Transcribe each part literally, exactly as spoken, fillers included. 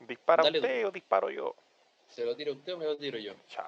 ¿Dispara Dale usted tú. o disparo yo? ¿Se lo tira usted o me lo tiro yo? Chao.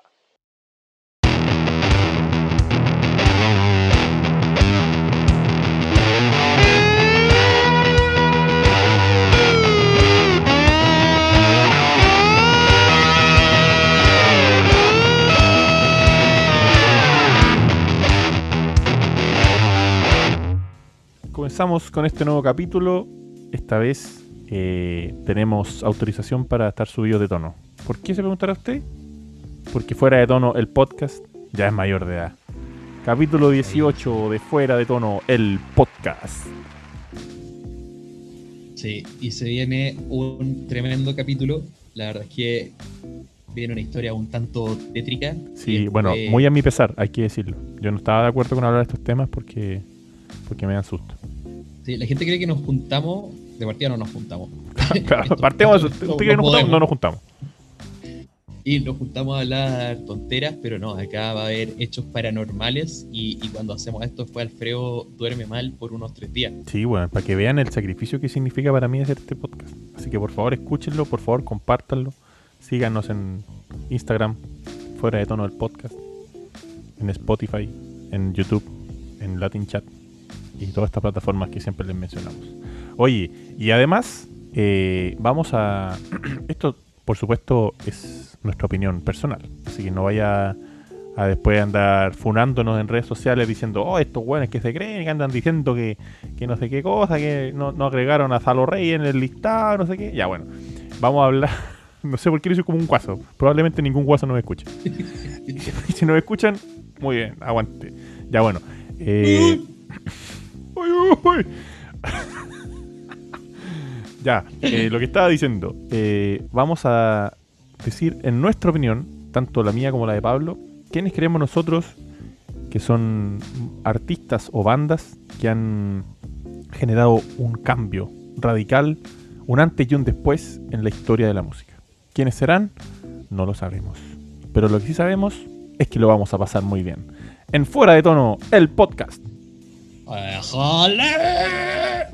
Comenzamos con este nuevo capítulo. Esta vez eh, tenemos autorización para estar subidos de tono. ¿Por qué se preguntará usted? Porque Fuera de Tono, el podcast, ya es mayor de edad. Capítulo dieciocho de Fuera de Tono, el podcast. Sí, y se viene un tremendo capítulo. La verdad es que viene una historia un tanto tétrica. Sí, y bueno, fue- muy a mi pesar, hay que decirlo. Yo no estaba de acuerdo con hablar de estos temas porque, porque me dan susto. Sí, la gente cree que nos juntamos. De partida no nos juntamos. Claro, Esto- partemos de esto- eso. no- Usted cree que no nos juntamos, podemos. no nos juntamos. Y nos juntamos a hablar tonteras, pero no, acá va a haber hechos paranormales. Y, y cuando hacemos esto, fue Alfredo duerme mal por unos tres días. Sí, bueno, para que vean el sacrificio que significa para mí hacer este podcast. Así que por favor escúchenlo, por favor compártanlo. Síganos en Instagram, Fuera de Tono del podcast, en Spotify, en YouTube, en Latin Chat y todas estas plataformas que siempre les mencionamos. Oye, y además eh, vamos a... Esto, por supuesto, es nuestra opinión personal. Así que no vaya a después andar funándonos en redes sociales diciendo, oh, estos güeyes que se creen, que andan diciendo que, que no sé qué cosa, que no, no agregaron a Salo Rey en el listado, no sé qué. Ya, bueno, vamos a hablar. No sé por qué lo hice como un guaso. Probablemente ningún guaso nos escuche. Y si nos escuchan, muy bien, aguante. Ya, bueno. Eh... Uy, uy. Ya, eh, lo que estaba diciendo. Eh, vamos a decir, en nuestra opinión, tanto la mía como la de Pablo, quiénes creemos nosotros que son artistas o bandas que han generado un cambio radical, un antes y un después en la historia de la música. ¿Quiénes serán? No lo sabemos. Pero lo que sí sabemos es que lo vamos a pasar muy bien. En Fuera de Tono, el podcast. ¡Déjale!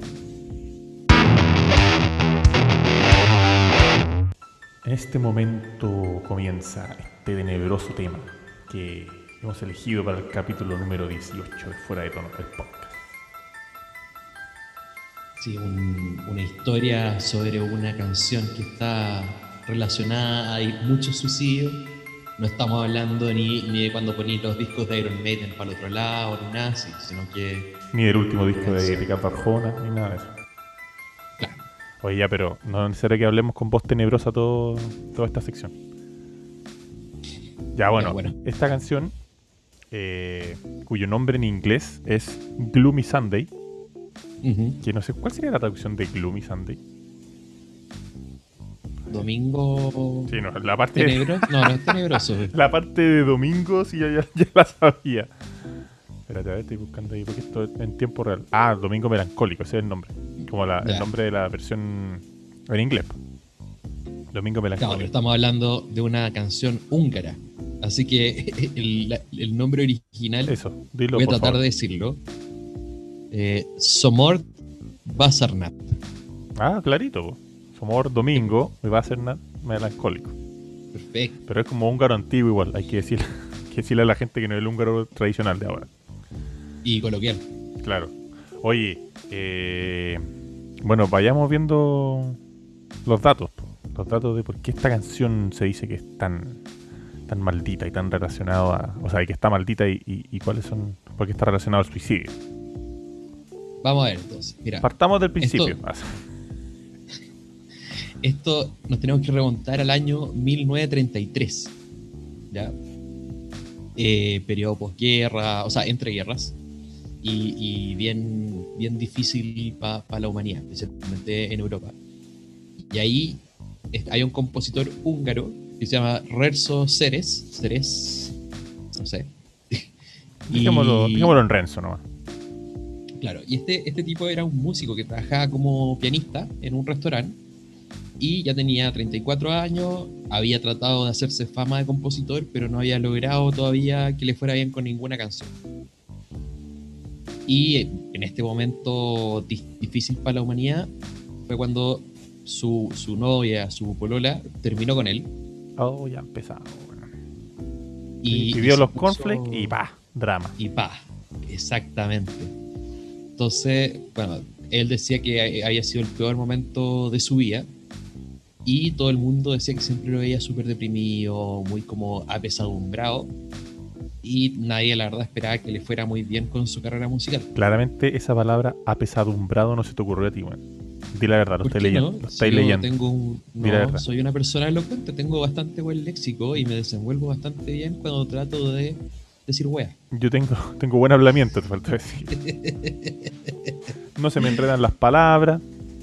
En este momento comienza este tenebroso tema que hemos elegido para el capítulo número dieciocho de Fuera de Tono, el podcast. Sí, un- una historia sobre una canción que está relacionada a muchos suicidios. No estamos hablando ni, ni de cuando poní los discos de Iron Maiden para el otro lado, ni nada así, sino que... Ni del último disco de Canción. Ricardo Arjona, ni nada de eso. Claro. Oye, ya, pero no es necesario que hablemos con voz tenebrosa todo, toda esta sección. Ya, bueno, Ya, bueno. esta canción, eh, cuyo nombre en inglés es Gloomy Sunday, Ujú. que no sé, ¿cuál sería la traducción de Gloomy Sunday? Domingo... Sí, no, la parte de, ¿Tenebroso? No, no es tenebroso. la parte de domingo sí ya, ya, ya la sabía. Espérate, a ver, estoy buscando ahí porque esto es en tiempo real. Ah, Domingo Melancólico, ese es el nombre. Como la- el Ya. nombre de la versión en inglés. Domingo Claro, pero Melancólico. estamos hablando de una canción húngara. Así que el, la- el nombre original, Eso, dilo voy a por tratar favor. de decirlo. Eh, Somord Basarnat. Ah, clarito. Po. Somos Domingo y va a ser nada melancólico. Perfecto. Pero es como húngaro antiguo igual, hay que decir, que decirle a la gente que no es el húngaro tradicional de ahora. Y coloquial. Claro. Oye, eh, bueno, vayamos viendo los datos. po. Los datos de por qué esta canción se dice que es tan, tan maldita y tan relacionado a... O sea, que está maldita y, y, y cuáles son... Por qué está relacionado al suicidio. Vamos a ver entonces. Mira, Partamos del principio. esto nos tenemos que remontar al año mil novecientos treinta y tres. ¿Ya? Eh, periodo posguerra, o sea, entre guerras. Y, y bien, bien difícil para pa la humanidad, especialmente en Europa. Y ahí es- hay un compositor húngaro que se llama Renzo Ceres. Ceres, no sé. Y- Dejémoslo, dejémoslo en Renzo nomás. Claro, y este, este tipo era un músico que trabajaba como pianista en un restaurante y ya tenía treinta y cuatro años, había tratado de hacerse fama de compositor, pero no había logrado todavía que le fuera bien con ninguna canción. Y en este momento di- difícil para la humanidad fue cuando su, su novia, su polola, terminó con él. Oh, ya empezamos. Y, Y, y vio se los puso- cornflakes y pa, drama. Y pa, exactamente. Entonces, bueno, él decía que había sido el peor momento de su vida. Y todo el mundo decía que siempre lo veía súper deprimido, muy como apesadumbrado. Y nadie, la verdad, esperaba que le fuera muy bien con su carrera musical. Claramente esa palabra apesadumbrado no se te ocurrió a ti, weón. Di la verdad, lo ¿Por estáis qué leyendo. no? Lo Si estáis yo leyendo. tengo un, Di la no, verdad. soy una persona elocuente, tengo bastante buen léxico y me desenvuelvo bastante bien cuando trato de decir wea. Yo tengo, tengo buen hablamiento, te falta decir. No se me enredan las palabras.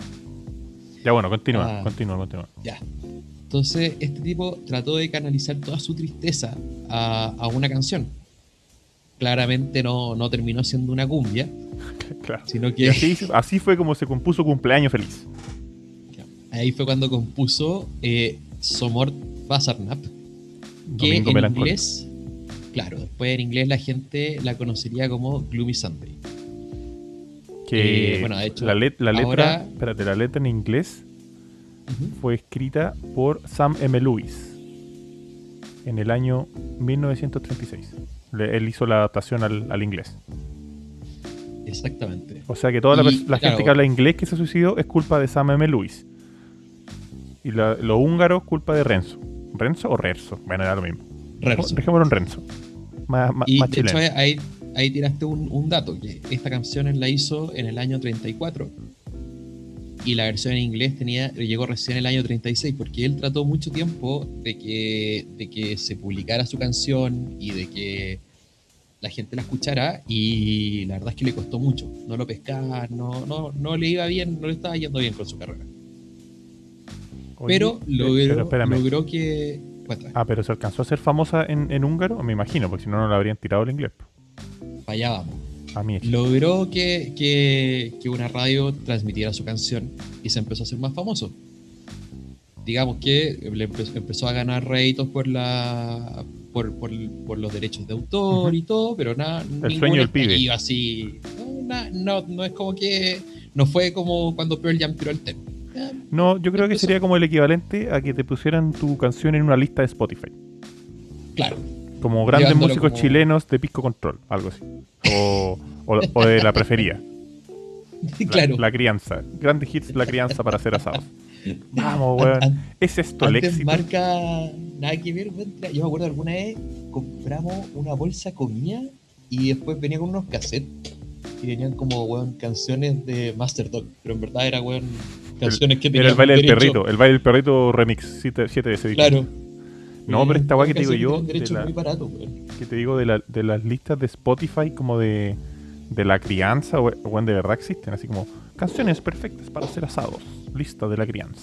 Ya bueno, continúa, Ah. continúa, continúa. Ya. Entonces, este tipo trató de canalizar toda su tristeza a, a una canción. Claramente no, no terminó siendo una cumbia, Claro. sino Y que así, así fue como se compuso Cumpleaños Feliz. ahí fue cuando compuso eh, Somort Basarnap, que Domingo en melancólico. inglés, claro, después en inglés la gente la conocería como Gloomy Sunday. Que Eh, bueno, de hecho, la, let- la letra, ahora- espérate, la letra en inglés Ujú. fue escrita por Sam M. Lewis en el año mil novecientos treinta y seis. Le- él hizo la adaptación al, al inglés. Exactamente. O sea que toda la, Y, pers- la claro, gente que habla inglés que se suicidó es culpa de Sam M. Lewis. Y la- los húngaros culpa de Renzo. ¿Renzo o Renzo? Bueno, era lo mismo. Renzo. Dejémoslo en Renzo. Más, más, Y más de hecho chileno. ahí, ahí tiraste un, un dato, que esta canción él la hizo en el año treinta y cuatro y la versión en inglés tenía, llegó recién en el año treinta y seis, porque él trató mucho tiempo de que, de que se publicara su canción y de que la gente la escuchara, y la verdad es que le costó mucho, no lo pescaba, no, no, no le iba bien, no le estaba yendo bien con su carrera. Oye, Pero eh, logró, pero espérame. logró que... Cuéntame, Ah, pero se alcanzó a ser famosa en, en húngaro, me imagino, porque si no, no la habrían tirado el inglés. para allá vamos. A mí es. Logró que, que, que una radio transmitiera su canción y se empezó a hacer más famoso. Digamos que le empe- empezó a ganar réditos por la por, por, por los derechos de autor Ujú. y todo, pero nada, ningún sueño del pibe. estallido así. No, na- no, no es como que no fue como cuando Pearl Jam tiró el tema. Eh, No, yo creo que empezó- sería como el equivalente a que te pusieran tu canción en una lista de Spotify. Claro, Como grandes Llevándolo músicos como- chilenos de Pisco Control, algo así. O, o, o de La Prefería. La, claro. La Crianza. Grandes hits La Crianza para hacer asados. Vamos, weón. An- an- ¿Es esto el Antes éxito? marca nada que ver, weón. Yo me acuerdo alguna vez compramos una bolsa comida y después venía con unos cassettes y venían como, weón, canciones de Master Dog, pero en verdad era, weón, canciones que tenían Era el baile del derecho- perrito. El baile del perrito remix. siete veces. Claro. No, pero esta weá que te digo Canciones yo, tenían de derecho la- muy barato, weón. que te digo de, la- de las listas de Spotify como de, de La Crianza, we- weón, de verdad existen. Así como canciones perfectas para hacer asados. Lista de La Crianza.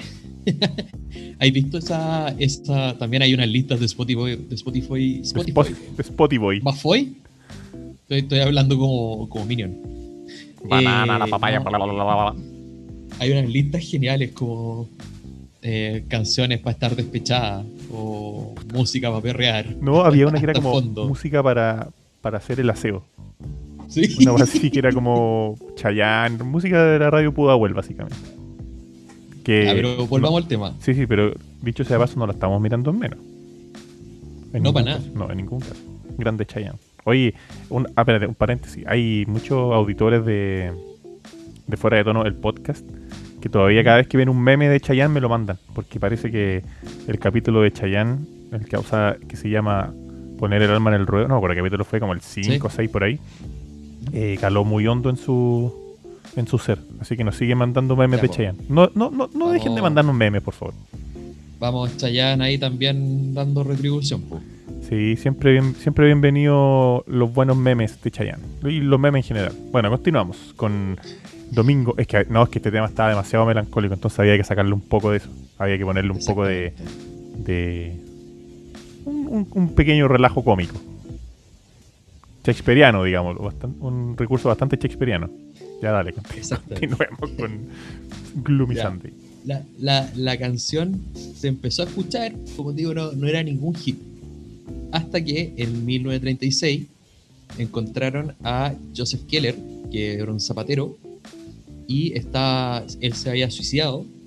¿Has visto esa, esa? También hay unas listas de Spotify, de Spotify, De Spotify. Spot- de Spotify. ¿Mafoy? Estoy, estoy hablando como, como Minion. Banana, la Eh, papaya, no. bla, bla, bla, bla, bla. Hay unas listas geniales como eh, canciones para estar despechada o música para perrear. No, había una que era Hasta el como fondo. música para, para hacer el aseo. Sí. Una cosa así que era como Chayanne, música de la radio Pudahuel, básicamente. Que, Ah, pero volvamos no- al tema. Sí, sí, pero dicho sea de paso, no la estamos mirando en menos. En No, ningún para nada. caso. No, en ningún caso. Grande Chayanne. Oye, un, ah, espérate, un paréntesis. Hay muchos auditores de, de Fuera de Tono, el podcast, que todavía cada vez que ven un meme de Chayanne me lo mandan. Porque parece que el capítulo de Chayanne, el que, usa, que se llama Poner el alma en el ruedo, no, por el capítulo fue como el cinco o seis por ahí, eh, caló muy hondo en su en su ser. Así que nos sigue mandando memes Ya, de po. Chayanne. No, no, no, no dejen de Vamos. mandarnos memes, por favor. Vamos, Chayanne ahí también dando retribución. Po. Sí, siempre, bien, siempre bienvenido los buenos memes de Chayanne. Y los memes en general. Bueno, continuamos con Domingo. Es que no, es que este tema estaba demasiado melancólico, entonces había que sacarle un poco de eso. Había que ponerle un poco de. Exactamente. de un, un- un pequeño relajo cómico. Shakespeareano, digamos. Un recurso bastante shakespeareano. Ya dale, continu- Exactamente. continuemos con Gloomy Ya. Sunday. La, la, la canción se empezó a escuchar, como te digo, no, no era ningún hit. Hasta que en mil novecientos treinta y seis encontraron a Joseph Keller, que era un zapatero, y está, él se había suicidado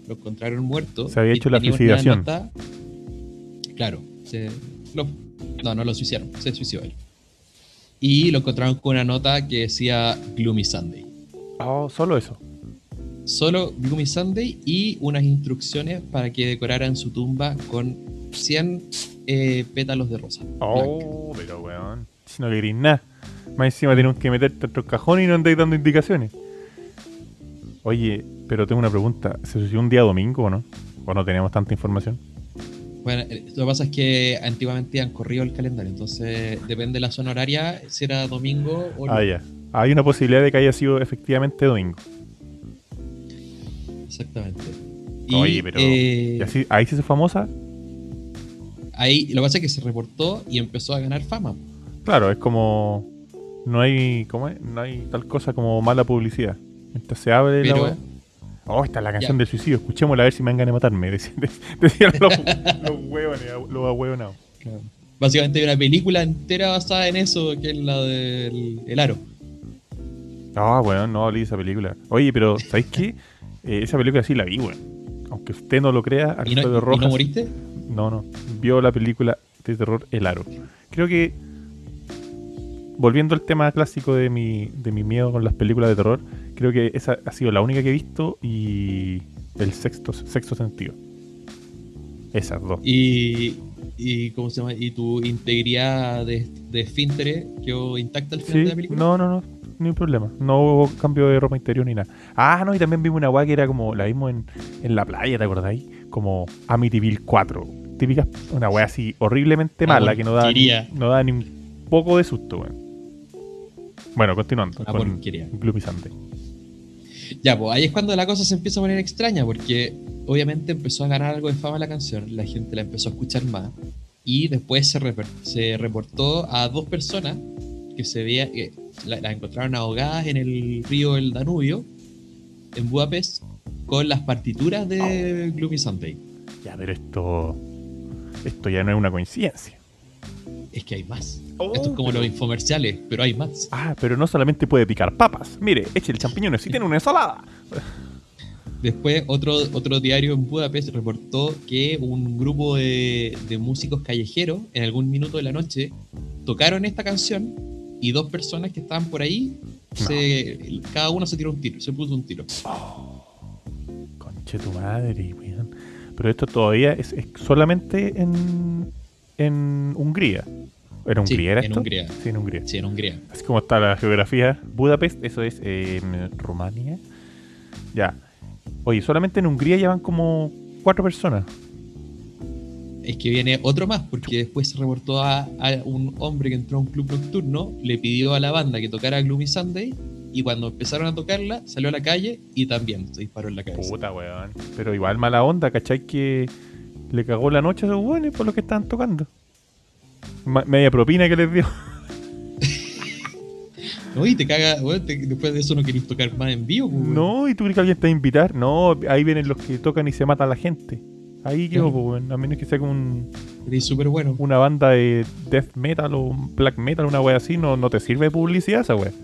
lo encontraron muerto. Se había y hecho la tenía una suicidación. nota- claro, se, lo- no, no lo suicidaron, se suicidó él. Y lo encontraron con una nota que decía Gloomy Sunday. Oh, solo eso. Solo Gloomy Sunday y unas instrucciones para que decoraran su tumba con cien eh, pétalos de rosa. blanca. Oh, pero weón. Si no queréis nada. Más encima tenemos que meterte otro cajón y no andáis dando indicaciones. Oye, pero tengo una pregunta. ¿Se suicidó un día domingo o no? ¿O no tenemos tanta información? Bueno, eh, lo que pasa es que antiguamente han corrido el calendario, entonces depende de la zona horaria si era domingo o no. Ah, ya. Hay una posibilidad de que haya sido efectivamente domingo. Exactamente. Oye, pero. eh, ¿Y así, ahí se hizo famosa? ahí lo que pasa es que se reportó y empezó a ganar fama. Claro, es como. No hay. ¿Cómo es? No hay tal cosa como mala publicidad. Mientras se abre la Pero- wea. Oh, esta es la canción Ya. del suicidio. Escuchémosla a ver si me dan ganas de matarme. Decían, decían los, los huevones, los ahueonados. Básicamente hay una película entera basada en eso, que es la del el aro. Ah, bueno, no hablé de esa película. Oye, pero ¿sabéis qué? Eh, esa película sí la vi, weón. Aunque usted no lo crea, ¿Y no, Alfredo y Rojas. no moriste? No, no. Vio la película de terror El Aro. Creo que, volviendo al tema clásico de mi, de mi miedo con las películas de terror, creo que esa ha sido la única que he visto y el sexto, sexto sentido. Esas dos. Y, y ¿cómo se llama? Y tu integridad de, de esfínteres quedó intacta al final Sí, de la película. no, no, no, ni un problema. No hubo cambio de ropa interior ni nada. Ah, no, y también vimos una weá que era como, la vimos en, en la playa, ¿te acordáis? Como Amityville cuatro. Típica, una weá así horriblemente Una mala que no da, ni, porquería. no da ni un poco de susto, weón. Bueno, continuando Una con porquería. Gloomy Sunday. Ya, pues ahí es cuando la cosa se empieza a poner extraña, porque obviamente empezó a ganar algo de fama la canción, la gente la empezó a escuchar más, y después se, reper- se reportó a dos personas que se veía que la- las encontraron ahogadas en el río El Danubio, en Budapest, con las partituras de Gloomy Sunday. Ya, pero esto. Esto ya no es una coincidencia. Es que hay más. Oh, Esto es como pero- los infomerciales, pero hay más. Ah, pero no solamente puede picar papas. Mire, eche el champiñón, si tiene una ensalada. Después otro, otro diario en Budapest reportó que un grupo de, de músicos callejeros en algún minuto de la noche tocaron esta canción y dos personas que estaban por ahí, se, cada uno se tiró un tiro, se puso un tiro. Conche tu madre, weón. Pero esto todavía es, es solamente en, en Hungría. ¿En Hungría Sí, era en esto? Hungría. Sí, en Hungría. Sí, en Hungría. Así como está la geografía. Budapest, eso es eh, en Rumania. Ya. Oye, solamente en Hungría llevan como cuatro personas. Es que viene otro más, porque después se reportó a, a un hombre que entró a un club nocturno, le pidió a la banda que tocara Gloomy Sunday, y cuando empezaron a tocarla, salió a la calle y también se disparó en la cabeza. Puta, weón. Pero igual mala onda, ¿cachai? Que le cagó la noche a esos weones por lo que estaban tocando. Ma- media propina que les dio. No, y te caga, weón, te- después de eso no querés tocar más en vivo, pues, weón. No, ¿y tú crees que alguien te va a invitar? No, ahí vienen los que tocan y se mata a la gente. Ahí quedó, Claro. pues, weón. A menos que sea como un- Eres súper bueno. una banda de death metal o black metal, una wea así, no, no te sirve de publicidad esa wea.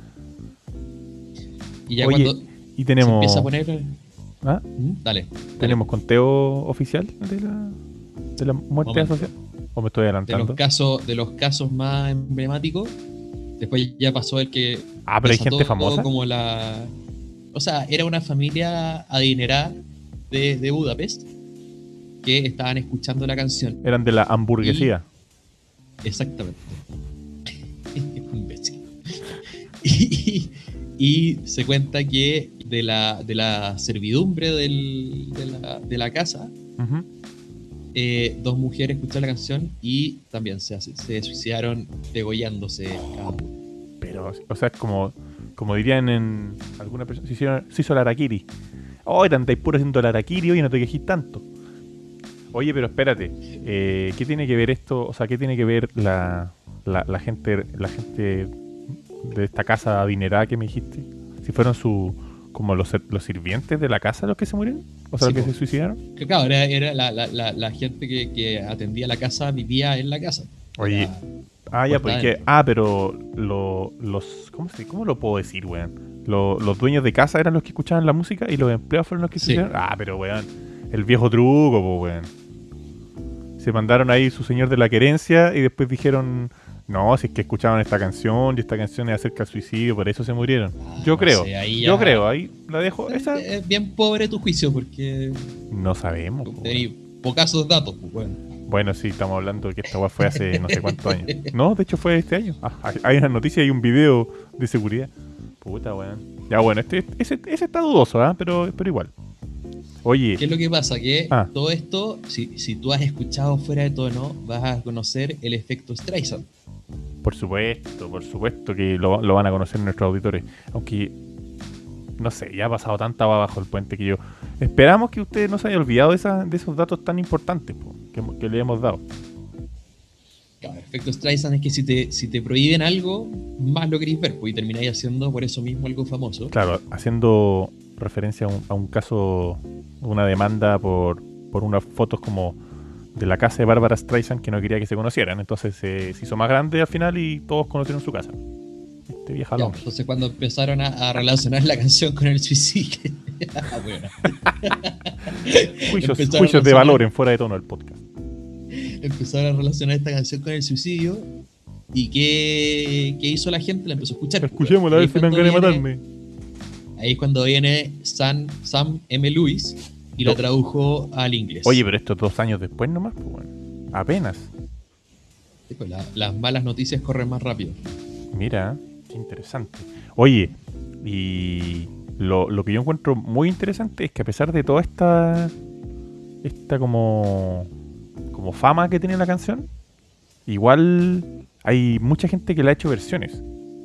Y ya Oye, cuando y se tenemos. empieza a poner... ¿Ah? ¿Mm? Dale. ¿Tenemos conteo oficial de la, de la muerte Momento. asociada? ¿O me estoy De adelantando? los casos, de los casos más emblemáticos, después ya pasó el que... Ah, pero hay desató gente todo famosa. Como la... O sea, era una familia adinerada de, de Budapest que estaban escuchando la canción. Eran de la hamburguesía. Exactamente. Imbécil. Y, y se cuenta que de la, de la servidumbre del- de, la, de la casa, Ujú. eh, dos mujeres escucharon la canción y también se, hace- se suicidaron degollándose cada una. Pero, o sea, es como, como dirían en alguna persona, se, hicieron, se hizo el harakiri. Oye, tantáis puro haciendo el harakiri y no te quejís tanto. Oye, pero espérate, eh, ¿qué tiene que ver esto? O sea, ¿qué tiene que ver la, la, la gente la gente de esta casa adinerada que me dijiste? Si fueron su como los, los sirvientes de la casa los que se murieron, o sea, Sí, los que po. se suicidaron. Que claro, era, era la, la- la- la gente que, que atendía la casa, vivía en la casa. Oye, Era- Ah, ya, pues Portada que, dentro. ah, pero lo- los, ¿cómo, se, ¿cómo lo puedo decir, weón? Lo- los dueños de casa eran los que escuchaban la música y los empleados fueron los que se Sí. suicidaron. Ah, pero weón, El viejo truco, po, weón. Se mandaron ahí su señor de la querencia y después dijeron, no, si es que escuchaban esta canción y esta canción es acerca del suicidio, por eso se murieron. Ah, yo no creo, sé, ahí yo ya- creo, ahí la dejo. Esa Es bien pobre tu juicio porque no sabemos, po, tenés weón. pocazos datos, pues, bueno. Bueno, sí, estamos hablando de que esta weá fue hace no sé cuántos años. No, de hecho fue este año. Ah, hay- hay una noticia y un video de seguridad. Puta, weón. Ya, bueno, este, ese, ese está dudoso, ¿ah? Pero, pero igual. Oye, ¿Qué es lo que pasa? Que Ah. todo esto, si, si tú has escuchado Fuera de Tono, vas a conocer el efecto Streisand. por supuesto, por supuesto que lo, lo van a conocer nuestros auditores. Aunque, no sé, ya ha pasado tanta agua bajo el puente que yo... Esperamos que ustedes no se hayan olvidado de, esa- de esos datos tan importantes po, que, que le hemos dado. Claro, el efecto Streisand es que si te, si te prohíben algo, más lo queréis ver, pues, y termináis haciendo por eso mismo algo famoso. Claro, haciendo referencia a un, a un caso, una demanda por, por unas fotos como de la casa de Bárbara Streisand que no quería que se conocieran. Entonces eh, se hizo más grande al final y todos conocieron su casa. Este vieja Ya, loma. entonces cuando empezaron a, a relacionar la canción con el suicidio. Ah, bueno. Juicios, empezaron a juicios de relacionar- valor en Fuera de Tono el podcast. Empezaron a relacionar esta canción con el suicidio. ¿Y qué, qué hizo la gente? La empezó a escuchar. Escuchémosla a Ahí ver si es me dan cuando ganas de viene- matarme. Ahí es cuando viene Sam, Sam M. Lewis y lo No. tradujo al inglés. Oye, pero esto dos años después nomás, pues bueno. Apenas. Sí, pues, la- las malas noticias corren más rápido. Mira, qué interesante. Oye, y lo, lo que yo encuentro muy interesante es que a pesar de toda esta esta como como fama que tiene la canción, igual hay mucha gente que le ha hecho versiones.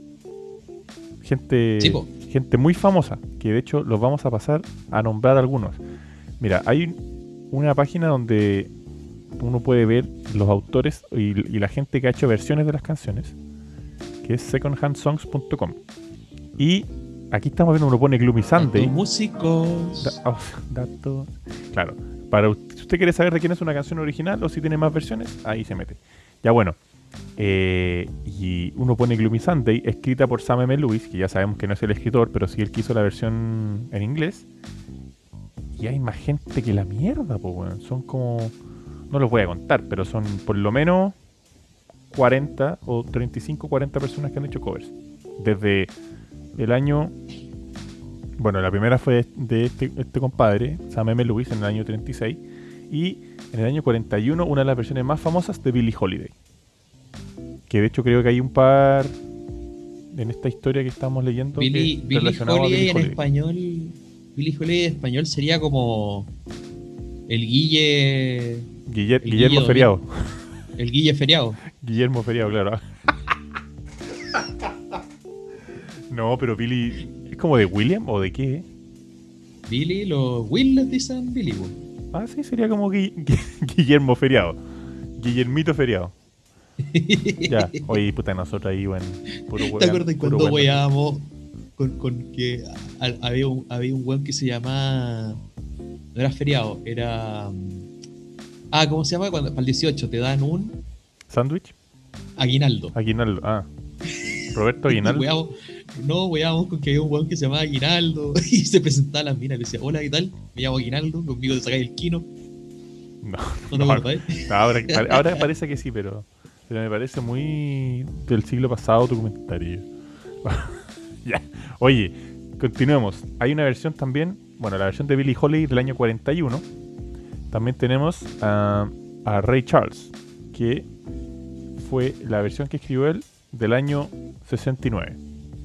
Gente Sí, po. gente muy famosa, que de hecho los vamos a pasar a nombrar algunos. Mira, hay una página donde uno puede ver los autores y, y la gente que ha hecho versiones de las canciones, que es second hand songs punto com. Y aquí estamos viendo, uno pone Gloomy Sunday. Tantos músicos. Da- oh, datos. Claro, para u- si usted quiere saber de quién es una canción original o si tiene más versiones, ahí se mete. Ya bueno, eh, y uno pone Gloomy Sunday, escrita por Sam M. Lewis, que ya sabemos que no es el escritor, pero sí el que hizo la versión en inglés. Y hay más gente que la mierda, pues weón. Son como, no los voy a contar, pero son por lo menos cuarenta o treinta y cinco, cuarenta personas que han hecho covers. Desde el año... Bueno, la primera fue de este, este compadre, Sam M. Lewis, en el año treinta y seis. Y en el año cuarenta y uno, una de las versiones más famosas de Billie Holiday. Que de hecho creo que hay un par en esta historia que estamos leyendo Billie, que Billie relacionado a Holiday Billie en Holiday. español. Billie Holiday en español sería como el Guille. Guiller- el Guillermo Guille Feriado. El Guille Feriado. Guillermo Feriado, claro. No, pero Billy... ¿Es como de William o de qué? Billy, los Will les dicen Billy. po. Ah, sí, sería como Gui- Gui- Guillermo Feriado. Guillermito Feriado. Ya, oye, puta, nosotros ahí, bueno, puro ¿Te weón, acuerdas puro cuando weón. weábamos con, con que al- había un, había un weón que se llamaba. No era feriado, era. mm, Ah, ¿cómo se llama? Cuando para el dieciocho te dan un ¿Sándwich? aguinaldo. Aguinaldo, ah. Roberto Y Aguinaldo. weábamos- no, weábamos con que había un weón que se llamaba Aguinaldo y se presentaba a las minas y le decía: Hola, ¿qué tal? Me llamo Aguinaldo, conmigo te sacáis el quino. No, ¿No te no, acuerdas? no, ahora, ahora parece que sí, pero, pero me parece muy del siglo pasado tu comentario. Ya, oye, continuemos. Hay una versión también, bueno, la versión de Billie Holiday del año cuarenta y uno. También tenemos a, a Ray Charles, que fue la versión que escribió él del año sesenta y nueve.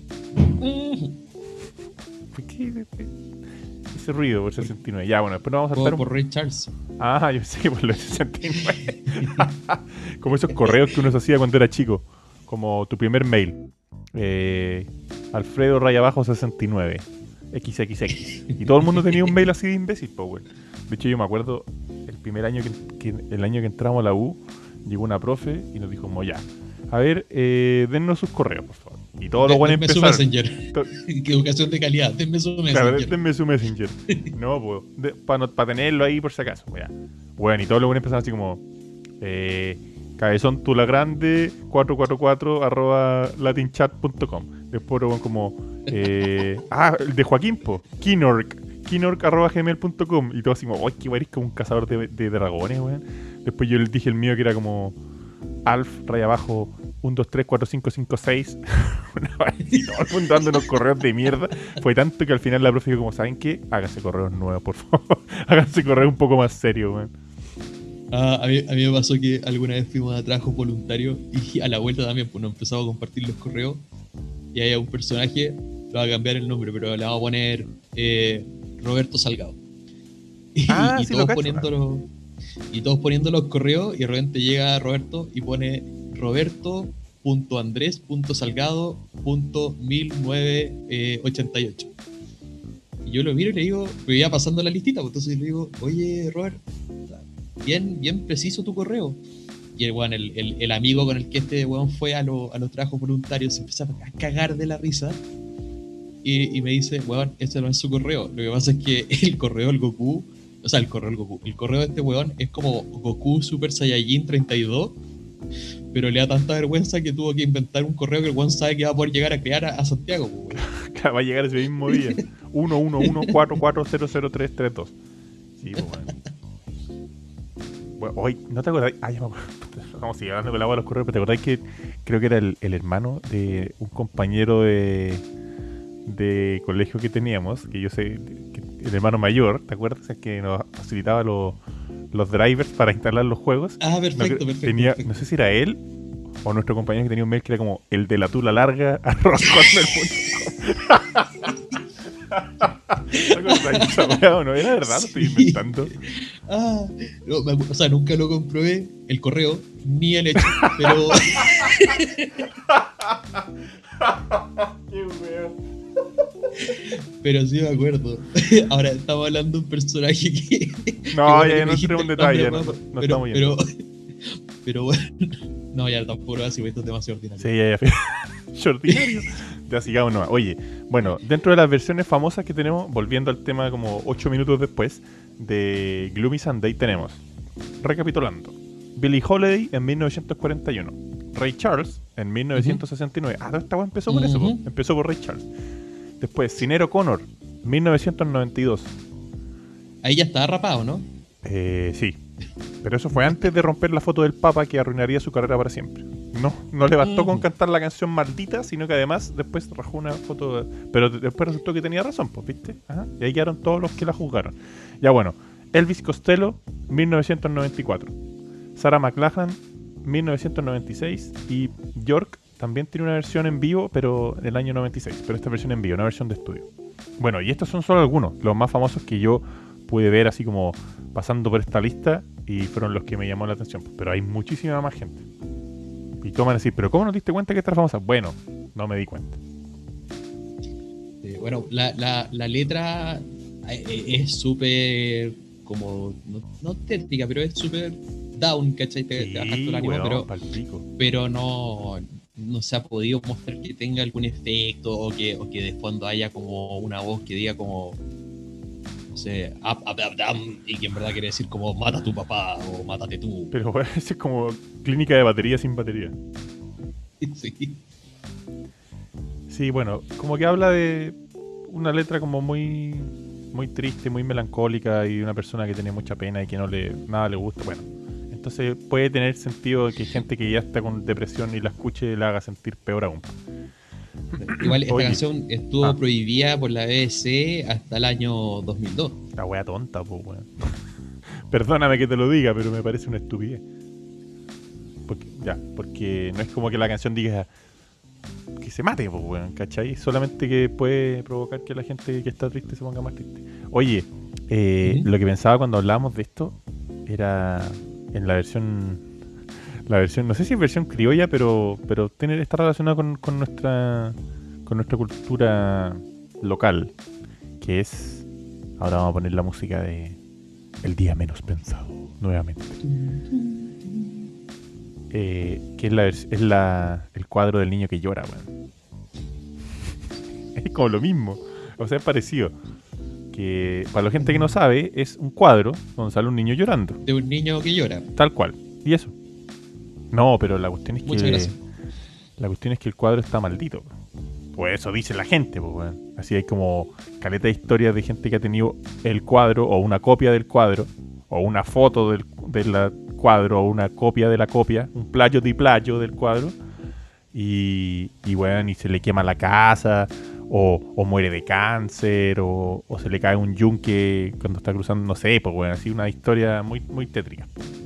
¿Por qué ese ruido por sesenta y nueve? Ya, bueno, después nos vamos a saltar Por, un... por Ray Charles. Ah, yo pensé que por los sesenta y nueve. Como esos correos que uno se hacía cuando era chico. Como tu primer mail. Eh, Alfredo raya abajo sesenta y nueve. equis equis equis. Y todo el mundo tenía un mail así de imbécil, pues, güey. De hecho, yo me acuerdo el primer año que, que- el año que entramos a la U, llegó una profe y nos dijo como ya. A ver, eh, dennos sus correos, por favor. Y todos los buenos Denme su empezaron. Messenger. To- Qué educación de calidad. Denme su Messenger. Claro, denme su Messenger. No, pues, para tenerlo ahí por si acaso. Ya. Bueno, y todos los buenos empezaron así como eh, cabezón tula grande cuatrocientos cuarenta y cuatro arroba latinchat punto com. Después bueno, como eh, ah, el de Joaquín, po, Kinork, kinork arroba gmail punto com. Y todos decimos, ¡ay, qué weón! Es como un cazador de, de dragones, weón. Después yo les dije el mío que era como Alf, raya abajo, uno, dos, tres, cuatro, cinco, cinco, seis. Y todo el mundo dando unos correos de mierda. Fue tanto que al final la profe dijo como, ¿saben qué? Háganse correos nuevos, por favor. Háganse correos un poco más serios, weón. Ah, a, mí, a mí me pasó que alguna vez fuimos a trabajo voluntario y a la vuelta también pues, nos empezamos a compartir los correos y hay un personaje, le va a cambiar el nombre, pero le vamos a poner eh, Roberto Salgado. Y, Ah, y sí, todos lo cacho, poniéndolo, y todos poniendo los correos y de repente llega Roberto y pone roberto punto andrés punto salgado punto mil novecientos ochenta y ocho. Y yo lo miro y le digo, me iba pasando la listita, pues entonces le digo, oye Robert, bien, bien preciso tu correo. Y el, bueno, el, el, el amigo con el que este weón fue a, lo, a los trabajos voluntarios se empezó a cagar de la risa y, y me dice, weón, este no es su correo. Lo que pasa es que el correo del Goku, o sea, el correo del Goku, el correo de este weón es como Goku Super Saiyajin treinta y dos, pero le da tanta vergüenza que tuvo que inventar un correo que el weón sabe que va a poder llegar a crear a, a Santiago, weón. Va a llegar ese mismo día. uno uno uno cuatro cuatro cero cero tres tres dos. Sí, pues, bueno. Bueno, hoy, ¿no te acordás? Ah, ya me acuerdo. Vamos a seguir hablando con la agua de los correos, pero ¿te acordás que creo que era el, el hermano de un compañero de, de colegio que teníamos? Que yo sé, que el hermano mayor, ¿te acuerdas? El que nos facilitaba los, los drivers para instalar los juegos. Ah, perfecto, no, perfecto, tenía, perfecto. No sé si era él o nuestro compañero que tenía un mail que era como el de la tula larga arroba hotmail punto com. No era verdad, lo estoy Sí. inventando. Ah, no, me acu- o sea, nunca lo comprobé, el correo, ni el hecho, pero Qué wea. pero sí me acuerdo. Ahora estamos hablando de un personaje que... No, que bueno, ya que no me dijiste entremos en el detalle, nombre, no, Rafa, no pero, estamos yendo. pero, pero bueno, no, ya tampoco así, esto es demasiado ordinario. Sí, ya, ya. Qué ordinario. Ya sigamos nomás. Oye, bueno, dentro de las versiones famosas que tenemos, volviendo al tema como ocho minutos después de Gloomy Sunday, tenemos, recapitulando, Billie Holiday en mil novecientos cuarenta y uno, Ray Charles en mil novecientos sesenta y nueve. Uh-huh. Ah, esta weá empezó por Uh-huh. eso, po. Empezó por Ray Charles. Después, Sinéad O'Connor, mil novecientos noventa y dos. Ahí ya estaba rapado, ¿no? Eh, sí. Pero eso fue antes de romper la foto del Papa que arruinaría su carrera para siempre. No, no le bastó con cantar la canción maldita, sino que además después rajó una foto. De... Pero después resultó que tenía razón, pues, ¿viste? Ajá. Y ahí quedaron todos los que la juzgaron. Ya bueno, Elvis Costello, mil novecientos noventa y cuatro. Sarah McLachlan, mil novecientos noventa y seis. Y York también tiene una versión en vivo, pero del año noventa y seis. Pero esta versión en vivo, una versión de estudio. Bueno, y estos son solo algunos, los más famosos que yo pude ver así como pasando por esta lista y fueron los que me llamó la atención. Pero hay muchísima más gente. Y todos van a decir, ¿pero cómo no te diste cuenta que esta era famosa? Bueno, no me di cuenta. Eh, bueno, la, la, la letra eh, es súper como, no, no tétrica, pero es súper down, ¿cachai? Te, te bajas todo el ánimo, weón, pero, palpico. pero no, no se ha podido mostrar que tenga algún efecto o que, o que de fondo haya como una voz que diga como, no sé, up, up, up, down, y que en verdad quiere decir como mata a tu papá o mátate tú. Pero bueno, es como clínica de batería sin batería. Sí. Sí, bueno, como que habla de una letra como muy muy triste, muy melancólica y de una persona que tiene mucha pena y que no le nada le gusta. Bueno, entonces puede tener sentido que gente que ya está con depresión y la escuche la haga sentir peor aún. Igual esta Oye. canción estuvo Ah. prohibida por la B B C hasta el año dos mil dos. La wea tonta, pues, weón. Perdóname que te lo diga, pero me parece una estupidez. Porque, ya, porque no es como que la canción diga que se mate, pues, weón, ¿cachai? Solamente que puede provocar que la gente que está triste se ponga más triste. Oye, eh, Ujú. lo que pensaba cuando hablábamos de esto era en la versión, la versión, no sé si es versión criolla, pero, pero tiene, está relacionada con, con nuestra, con nuestra cultura local, que es, ahora vamos a poner la música de El Día Menos Pensado, nuevamente. Eh, que es, la, vers- es la, el cuadro del niño que llora, weón. Es como lo mismo, o sea, es parecido. Que para la gente que no sabe, es un cuadro donde sale un niño llorando, De un niño que llora. tal cual. Y eso. No, pero la cuestión es Muchas que gracias. la cuestión es que el cuadro está maldito. O eso dice la gente, pues, weón. Así hay como caleta de historias de gente que ha tenido el cuadro o una copia del cuadro o una foto del, del cuadro o una copia de la copia, un playo de playo del cuadro y, y weón, y se le quema la casa o, o muere de cáncer o, o se le cae un yunque cuando está cruzando, no sé, pues weón, así una historia muy, muy tétrica.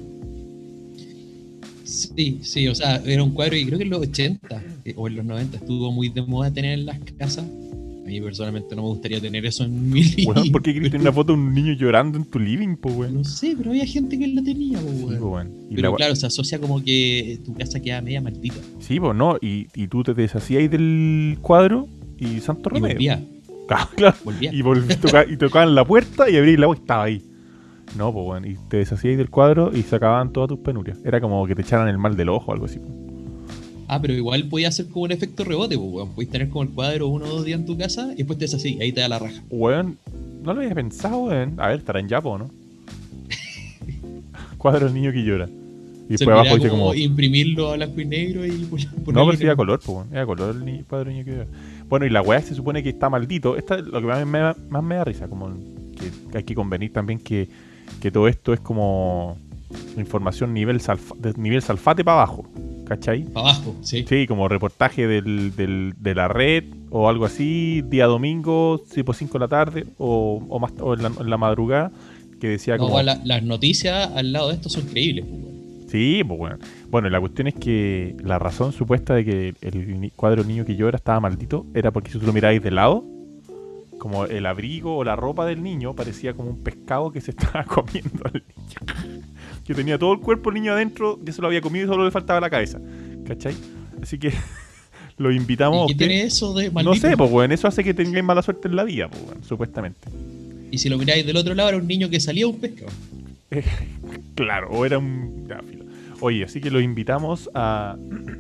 Sí, sí, o sea, era un cuadro y creo que en los ochenta eh, o en los noventa estuvo muy de moda tener en las casas. A mí personalmente no me gustaría tener eso en mi living. Weón, ¿por qué querés tener una foto de un niño llorando en tu living, po, weón? No sé, pero había gente que la tenía, po, Sí, weón. po, weón. Y Pero la- claro, se asocia como que tu casa queda media maldita. Sí, pues no, y, y tú te deshacías del cuadro y santo Y remedio. volvía, Claro, claro. volvía. Y, volví, toca, y tocaban la puerta y abrí la agua y estaba ahí. No, pues bueno, y te deshacías del cuadro y se acababan todas tus penurias. Era como que te echaran el mal del ojo o algo así. Po. Ah, pero igual podía hacer como un efecto rebote, pues, weón. Podías tener como el cuadro uno o dos días en tu casa y después te haces así, ahí te da la raja. Weón, no lo había pensado, weón. A ver, estará en Yapo, ¿no? Cuadro del niño que llora. Y después Servirá abajo dice como... imprimirlo a blanco y negro y ponerlo No, pero en sí era el- color, pues, weón. Era color el ni- cuadro del niño que llora. Bueno, y la weá se supone que está maldito. Esta es lo que más me, da- más me da risa. Como que hay que convenir también que, que todo esto es como información nivel, salfa, de nivel salfate para abajo. ¿Cachai? Para abajo, sí. Sí, como reportaje del, del, de la red o algo así, día domingo, tipo cinco de la tarde o, o más o en, la, en la madrugada, que decía No, como... la- las noticias al lado de esto son creíbles, pues, weón. Sí, pues bueno. Bueno, la cuestión es que la razón supuesta de que el ni- cuadro Niño que llora estaba maldito era porque si tú lo miráis de lado, como el abrigo o la ropa del niño parecía como un pescado que se estaba comiendo al niño. Que tenía todo el cuerpo el niño adentro, ya se lo había comido y solo le faltaba la cabeza. ¿Cachai? Así que lo invitamos a ¿Y qué usted. tiene eso de maldito? No sé, pues bueno, eso hace que tengáis mala suerte en la vida, pues bueno, supuestamente. Y si lo miráis del otro lado, era un niño que salía un pescado. Claro, o era un... ya, filo. Oye, así que los invitamos a,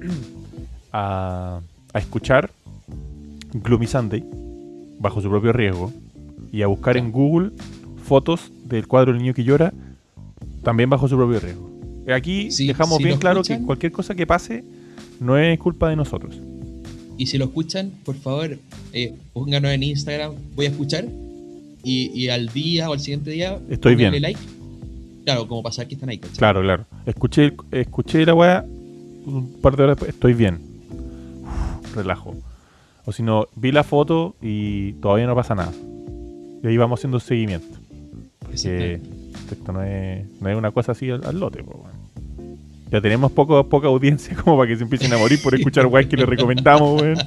a, a escuchar Gloomy Sunday bajo su propio riesgo y a buscar en Google fotos del cuadro El Niño que Llora también bajo su propio riesgo. Aquí Sí, dejamos si bien lo claro escuchan- que cualquier cosa que pase no es culpa de nosotros. Y si lo escuchan, por favor, eh, pónganos en Instagram, voy a escuchar. Y, y al día o al siguiente día, Estoy pónganle bien. like. Claro, como pasar que están ahí, ¿cachai? Claro, claro. Escuché, escuché la weá un par de horas después. Estoy bien. Uf, relajo. O si no, vi la foto y todavía no pasa nada. Y ahí vamos haciendo un seguimiento. Porque Exactamente. esto no es, no es una cosa así al, al lote. Po, weón. Ya tenemos poco, poca audiencia como para que se empiecen a morir por escuchar weá que les recomendamos, weón.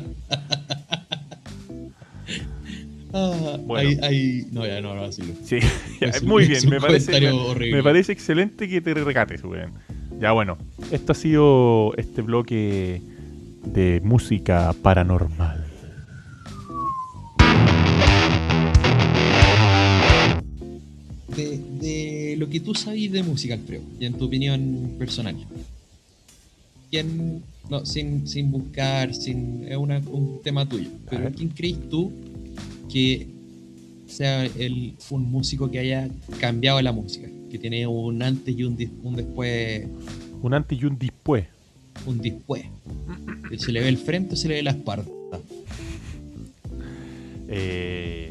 Ah, Bueno. ahí, ahí- no, ya no, no, así. Sí, ya, Es un- muy es bien. un Me parece, comentario me, horrible. me parece excelente que te recates, weón. Ya bueno, esto ha sido este bloque de música paranormal. De, de lo que tú sabes de música, Alfredo, y en tu opinión personal. ¿Quién, no, sin, sin buscar, sin, es una- un tema tuyo, A pero ver. ¿quién crees tú que sea el, un músico que haya cambiado la música? Que tiene un antes y un, dis- un después, Un antes y un después. un después. Que se le ve el frente o se le ve la espalda. Eh...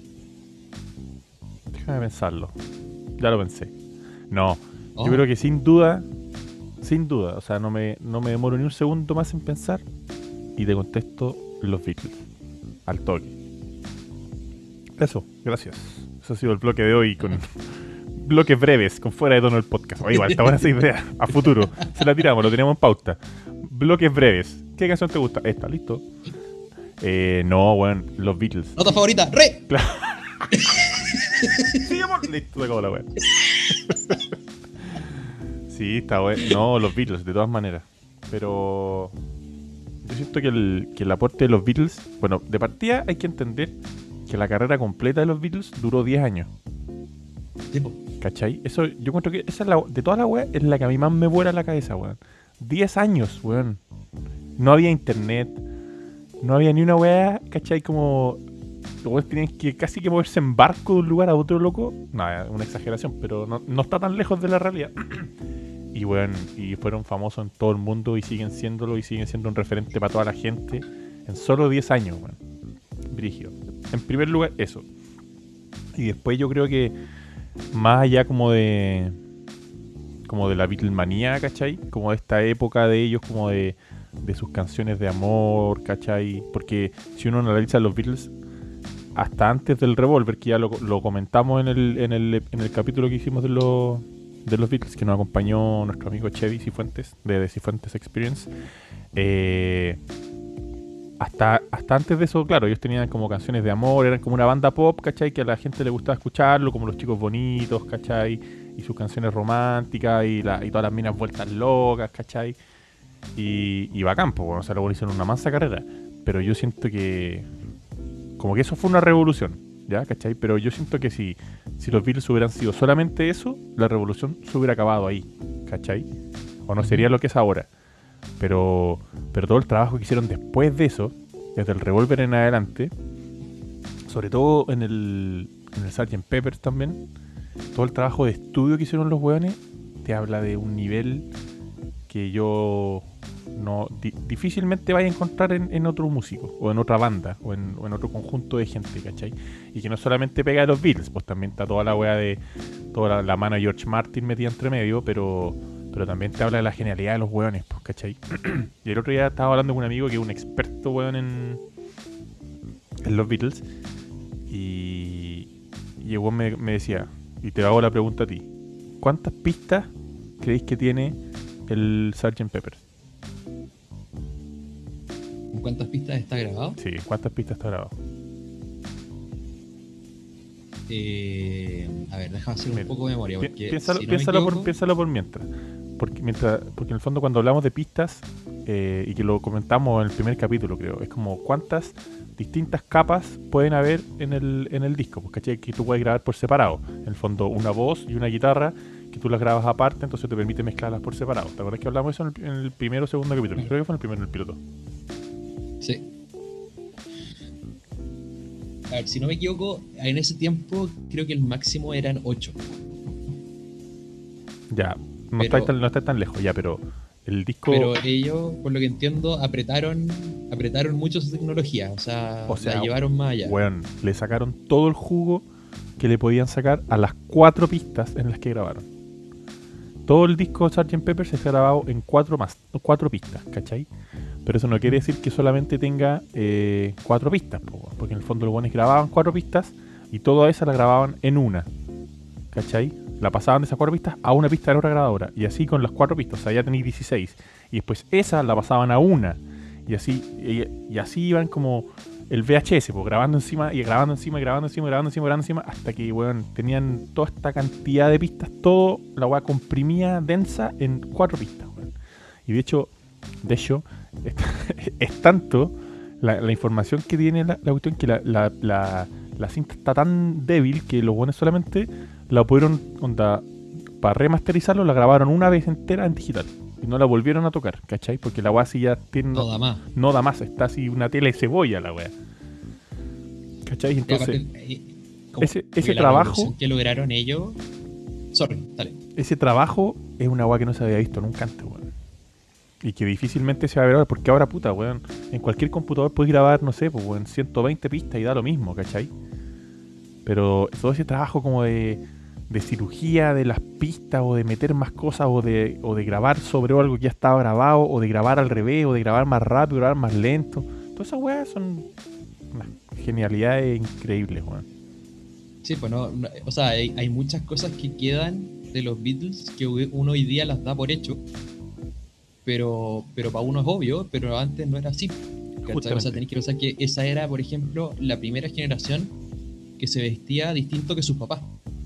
Déjame pensarlo. Ya lo pensé. No, Oh, yo creo que sin duda, sin duda, o sea, no me, no me demoro ni un segundo más en pensar y te contesto los Beatles. Al toque. Eso, gracias. Eso ha sido el bloque de hoy con bloques breves, con fuera de tono el podcast. Oye, igual, está buena esa idea. A futuro. Se la tiramos, lo tenemos en pauta. Bloques breves. ¿Qué canción te gusta? Esta, listo. Eh, no, bueno, los Beatles. Nota favorita, re. Sí, amor. Listo, se acabó la wea. Sí, está bueno. No, los Beatles, de todas maneras. Pero yo siento que el, que el aporte de los Beatles, bueno, de partida hay que entender que la carrera completa de los Beatles duró diez años. Tipo, ¿Cachai? Eso, yo encuentro que esa es la, de todas las weas, es la que a mí más me vuela la cabeza, weón. diez años, weón. No había internet, no había ni una wea, ¿cachai? Como los weones tenían que casi que moverse en barco de un lugar a otro, loco. No, es una exageración, pero no, no está tan lejos de la realidad. Y weón, y fueron famosos en todo el mundo y siguen siéndolo y siguen siendo un referente para toda la gente. En solo diez años, weón. Brígido. En primer lugar, eso. Y después yo creo que más allá como de como de la Beatlemanía, ¿cachai? Como de esta época de ellos, como de, de sus canciones de amor, ¿cachai? Porque si uno analiza los Beatles hasta antes del Revolver, que ya lo, lo comentamos en el, en, el, en el capítulo que hicimos de los, de los Beatles, que nos acompañó nuestro amigo Chevy Cifuentes, de The Cifuentes Experience. Eh, hasta, hasta antes de eso, claro, ellos tenían como canciones de amor, eran como una banda pop, ¿cachai? Que a la gente le gustaba escucharlo, como Los Chicos Bonitos, ¿cachai? Y sus canciones románticas y, la, y todas las minas vueltas locas, ¿cachai? Y, y bacán, pues, bueno, o sea, luego hicieron una mansa carrera. Pero yo siento que como que eso fue una revolución, ¿ya? ¿Cachai? Pero yo siento que si, si los Beatles hubieran sido solamente eso, la revolución se hubiera acabado ahí, ¿cachai? O no sería lo que es ahora. Pero, pero todo el trabajo que hicieron después de eso, desde el Revolver en adelante, sobre todo en el, en el sergeant Pepper también, todo el trabajo de estudio que hicieron los weones, te habla de un nivel que yo no di, difícilmente vaya a encontrar en, en otro músico, o en otra banda, o en, o en otro conjunto de gente, ¿cachai? Y que no solamente pega a los Beatles, pues también está toda la wea de, toda la, la mano de George Martin metida entre medio, pero... pero también te habla de la genialidad de los weones, pues, ¿cachai? Y el otro día estaba hablando con un amigo que es un experto, weón, en, en los Beatles. Y, y el weón me, me decía, y te hago la pregunta a ti, ¿cuántas pistas creéis que tiene el sergeant Pepper? ¿En cuántas pistas está grabado? Sí, ¿cuántas pistas está grabado? Eh, a ver, déjame hacer un Mira, poco de memoria. Porque piénsalo, si no piénsalo, equivoco, por, piénsalo por mientras. Porque, mientras. porque en el fondo cuando hablamos de pistas, eh, y que lo comentamos en el primer capítulo, creo, es como cuántas distintas capas pueden haber en el, en el disco, pues, ¿cachai? Que tú puedes grabar por separado. En el fondo, una voz y una guitarra que tú las grabas aparte, entonces te permite mezclarlas por separado. ¿Te acuerdas que hablamos de eso en el, en el primero o segundo capítulo? Creo que fue en el primero, en el piloto. sí. A ver, si no me equivoco, en ese tiempo creo que el máximo eran ocho. Ya, no Pero- está tan, no está tan lejos, ya, pero el disco... Pero ellos, por lo que entiendo, apretaron apretaron mucho su tecnología. O sea, O sea, la llevaron más allá. Weón, le sacaron todo el jugo que le podían sacar a las cuatro pistas en las que grabaron. Todo el disco sergeant Pepper se ha grabado en cuatro más, cuatro pistas, ¿cachai? Pero eso no quiere decir que solamente tenga eh, cuatro pistas, po, porque en el fondo los buenos grababan cuatro pistas y todas esas las grababan en una, ¿cachai? La pasaban de esas cuatro pistas a una pista de la otra grabadora, y así con las cuatro pistas, o sea, ya tenéis dieciséis, y después esa la pasaban a una, y así, y, y así iban como el V H S, pues grabando encima, y grabando encima, y grabando encima, y grabando encima, y grabando encima, hasta que, weón, tenían toda esta cantidad de pistas, todo, la weá comprimida, densa, en cuatro pistas, weón. Y de hecho, de hecho, es, es tanto la, la información que tiene la, la cuestión que la, la, la, la cinta está tan débil que los buenos solamente la pudieron, onda, para remasterizarlo, la grabaron una vez entera en digital y no la volvieron a tocar, ¿cachai? Porque la weá así ya tiene, No no, da más. no da más, está así una tela de cebolla la weá, ¿cachai? Y Entonces, aparte, eh, como ese, que ese la trabajo, revolución que lograron ellos. Sorry, dale. ese trabajo es una weá que no se había visto nunca antes, weón. Y que difícilmente se va a ver ahora, porque ahora, puta, weón, en cualquier computador puedes grabar, no sé, pues, weón, ciento veinte pistas y da lo mismo, ¿cachai? Pero todo ese trabajo como de, de cirugía de las pistas, o de meter más cosas, o de, o de grabar sobre algo que ya estaba grabado, o de grabar al revés, o de grabar más rápido, grabar más lento, todas esas weas son unas genialidades increíbles, weón. Sí, pues no, no- o sea, hay, hay muchas cosas que quedan de los Beatles que uno hoy día las da por hecho, pero, pero para uno es obvio, pero antes no era así. ¿Cachai? O sea, Justamente. tenéis que pensar que esa era, por ejemplo, la primera generación que se vestía distinto que sus papás.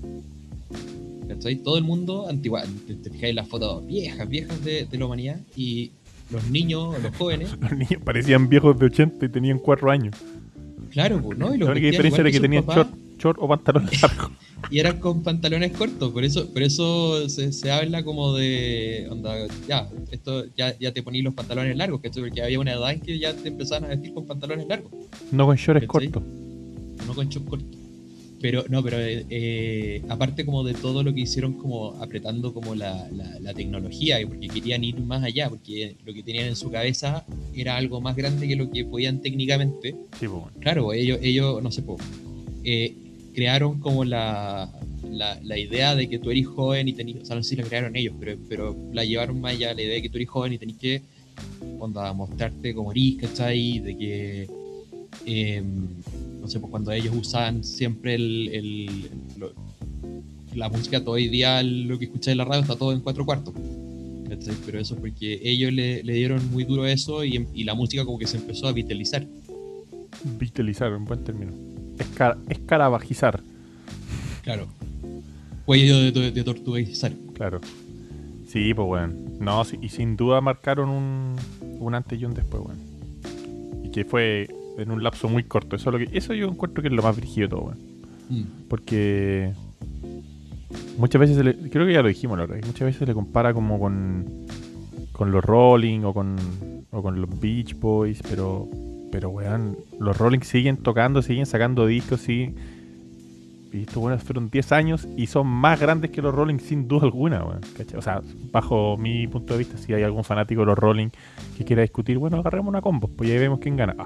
¿Cachai? Todo el mundo, antigua, te, te fijáis en las fotos viejas, viejas de, de la humanidad, y los niños, los jóvenes, Los niños parecían viejos de ochenta y tenían cuatro años. claro, pues, ¿no? Y los La única vestían diferencia igual era que sus tenían papás, short, short o pantalón largo. y eran con pantalones cortos, por eso, por eso se, se habla como de, onda, ya, esto ya, ya te poní los pantalones largos, ¿cachai? Porque había una edad en que ya te empezaban a vestir con pantalones largos, No con shorts ¿cachai? cortos. no con shorts cortos. Pero, no, pero eh, eh, aparte como de todo lo que hicieron como apretando como la, la, la tecnología, porque querían ir más allá, porque lo que tenían en su cabeza era algo más grande que lo que podían técnicamente. Sí, pues, bueno. Claro, ellos, ellos no sé, po, eh, crearon como la, la, la idea de que tú eres joven y tenés, o sea, no sé si la crearon ellos, pero, pero la llevaron más allá, la idea de que tú eres joven y tenés que onda, mostrarte como eres, ¿cachai? De que eh, no sé, pues cuando ellos usaban siempre el, el lo, la música, todo hoy día lo que escucháis en la radio está todo en cuatro cuartos, ¿cachai? Pero eso es porque ellos le, le dieron muy duro a eso y, y la música como que se empezó a vitalizar. Vitalizar, un buen término. Escar escarabajizar. Claro. Cuello de, de, de tortuguizar. Claro. Sí, pues bueno. No, sí, y sin duda marcaron un, un antes y un después, bueno. Y que fue en un lapso muy corto. Eso, es lo que, eso yo encuentro que es lo más brígido de todo, bueno. Mm. Porque muchas veces, se le, creo que ya lo dijimos la verdad, muchas veces se le compara como con, con los Rolling o con, o con los Beach Boys, pero, pero weón, los Rolling siguen tocando, siguen sacando discos, siguen, y estos weones fueron diez años y son más grandes que los Rolling sin duda alguna, weón, ¿cachai? O sea, bajo mi punto de vista, si hay algún fanático de los Rolling que quiera discutir, bueno, agarremos una combo, pues ya vemos quién gana.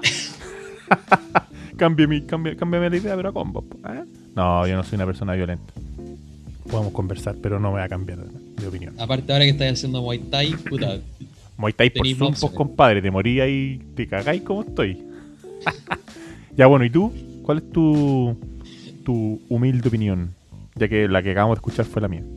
Cámbiame, cámbiame, cámbiame la idea, pero a combos. ¿Eh? No, yo no soy una persona violenta. Podemos conversar, pero no me voy a cambiar de, de opinión. Aparte, ahora que estás haciendo Muay Thai, puta. Muay Thai por tenéis Zoom, más pues, opciones. compadre. Te morí ahí, te cagáis como estoy. Ya, bueno, ¿y tú? ¿Cuál es tu, tu humilde opinión? Ya que la que acabamos de escuchar fue la mía.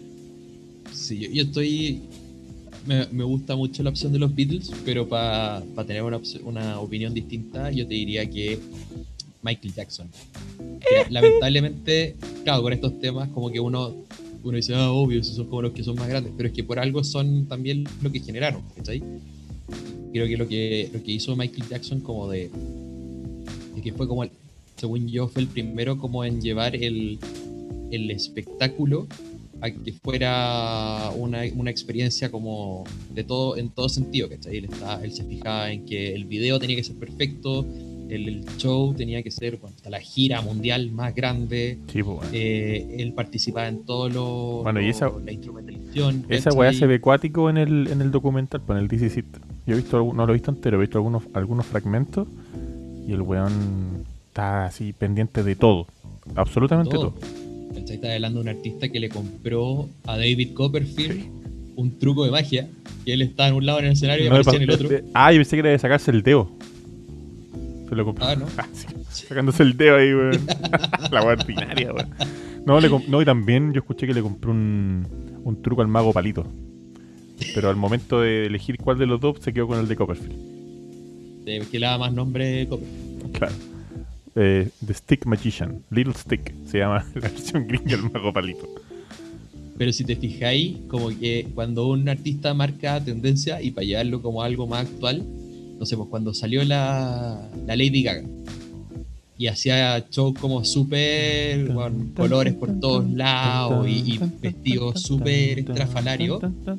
Sí, yo, yo estoy. Me, me gusta mucho la opción de los Beatles, pero para pa tener una, opci- una opinión distinta, yo te diría que Michael Jackson. Que, lamentablemente, claro, con estos temas, como que uno, uno dice, ah, obvio, esos son como los que son más grandes, pero es que por algo son también lo que generaron, ¿cachai? Creo que lo que, lo que hizo Michael Jackson, como de, de que fue como, el, según yo, fue el primero como en llevar el, el espectáculo a que fuera una, una experiencia como de todo, en todo sentido, ¿cachai? Él, está, él se fijaba en que el video tenía que ser perfecto, el, el show tenía que ser, bueno, hasta la gira mundial más grande, Sí, pues, bueno. eh, él participaba en todo lo, Bueno, y esa- lo- la instrumentalización. Esa ¿cachai? weá se ve cuático en el, en el documental, pues en el This Is It. Yo he visto, algu- no lo he visto entero, he visto algunos, algunos fragmentos y el weón está así pendiente de todo. Absolutamente todo. todo. ¿Cachai? Está hablando de un artista que le compró a David Copperfield Sí. un truco de magia, que él estaba en un lado en el escenario y No, aparecía en el de- otro. de- ah, yo pensé que era de sacarse el dedo. Se lo compró. Ah, ¿no? Sí, sacándose el dedo ahí, weón. La weá ordinaria, weón. No, le comp- no, y también yo escuché que le compró un, un truco al mago Palito. Pero al momento de elegir cuál de los dos se quedó con el de Copperfield. Eh, que le daba más nombre Copperfield. Claro. Eh, The Stick Magician. Little Stick se llama la versión gringa del mago Palito. Pero si te fijáis, como que cuando un artista marca tendencia y para llevarlo como algo más actual, no sé, pues cuando salió la, la Lady Gaga y hacía shows como súper, bueno, colores por todos lados y, y vestidos súper estrafalarios.